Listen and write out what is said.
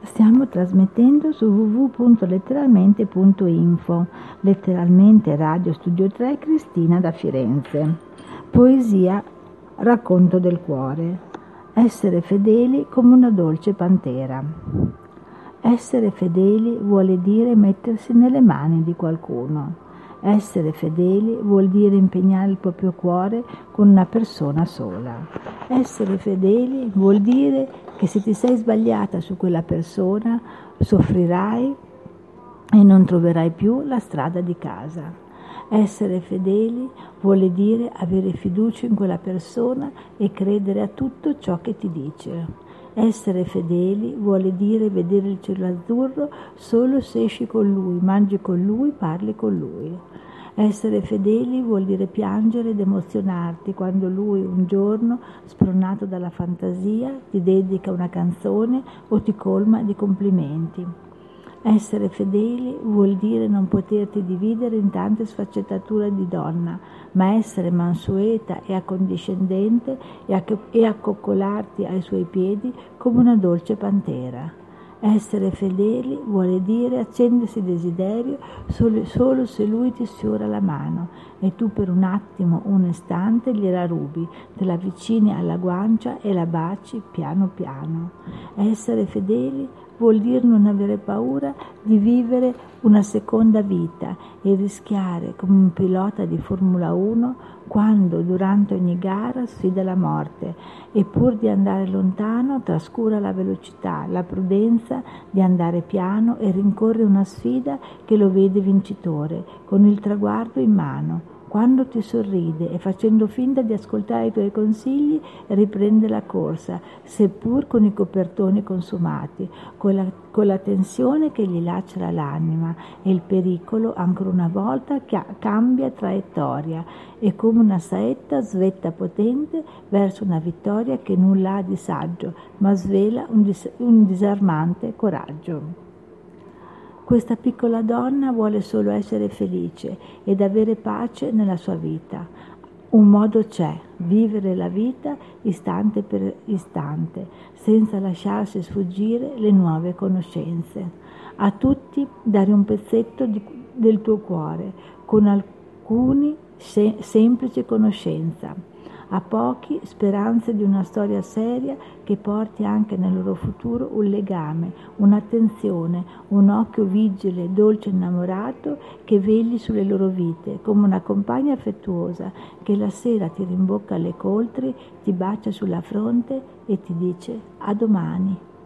Stiamo trasmettendo su www.letteralmente.info, letteralmente Radio Studio 3, Cristina da Firenze. Poesia, racconto del cuore. Essere fedeli come una dolce pantera. Essere fedeli vuole dire mettersi nelle mani di qualcuno. Essere fedeli vuol dire impegnare il proprio cuore con una persona sola. Essere fedeli vuol dire che se ti sei sbagliata su quella persona, soffrirai e non troverai più la strada di casa. Essere fedeli vuole dire avere fiducia in quella persona e credere a tutto ciò che ti dice. Essere fedeli vuole dire vedere il cielo azzurro solo se esci con lui, mangi con lui, parli con lui. Essere fedeli vuol dire piangere ed emozionarti quando lui un giorno, spronato dalla fantasia, ti dedica una canzone o ti colma di complimenti. Essere fedeli vuol dire non poterti dividere in tante sfaccettature di donna, ma essere mansueta e accondiscendente e accoccolarti ai suoi piedi come una dolce pantera. Essere fedeli vuole dire accendersi desiderio solo se lui ti sfiora la mano e tu per un attimo, un istante gliela rubi, te la avvicini alla guancia e la baci piano piano. Essere fedeli vuol dire non avere paura di vivere una seconda vita e rischiare come un pilota di Formula 1 quando durante ogni gara sfida la morte e pur di andare lontano trascura la velocità, la prudenza di andare piano e rincorre una sfida che lo vede vincitore, con il traguardo in mano. Quando ti sorride e facendo finta di ascoltare i tuoi consigli riprende la corsa, seppur con i copertoni consumati, con la tensione che gli lacera l'anima e il pericolo ancora una volta cambia traiettoria e come una saetta svetta potente verso una vittoria che nulla ha di saggio, ma svela un disarmante coraggio. Questa piccola donna vuole solo essere felice ed avere pace nella sua vita. Un modo c'è, vivere la vita istante per istante, senza lasciarsi sfuggire le nuove conoscenze. A tutti dare un pezzetto del tuo cuore, con alcuni semplice conoscenza. A pochi speranze di una storia seria che porti anche nel loro futuro un legame, un'attenzione, un occhio vigile, dolce e innamorato che vegli sulle loro vite, come una compagna affettuosa che la sera ti rimbocca le coltri, ti bacia sulla fronte e ti dice a domani.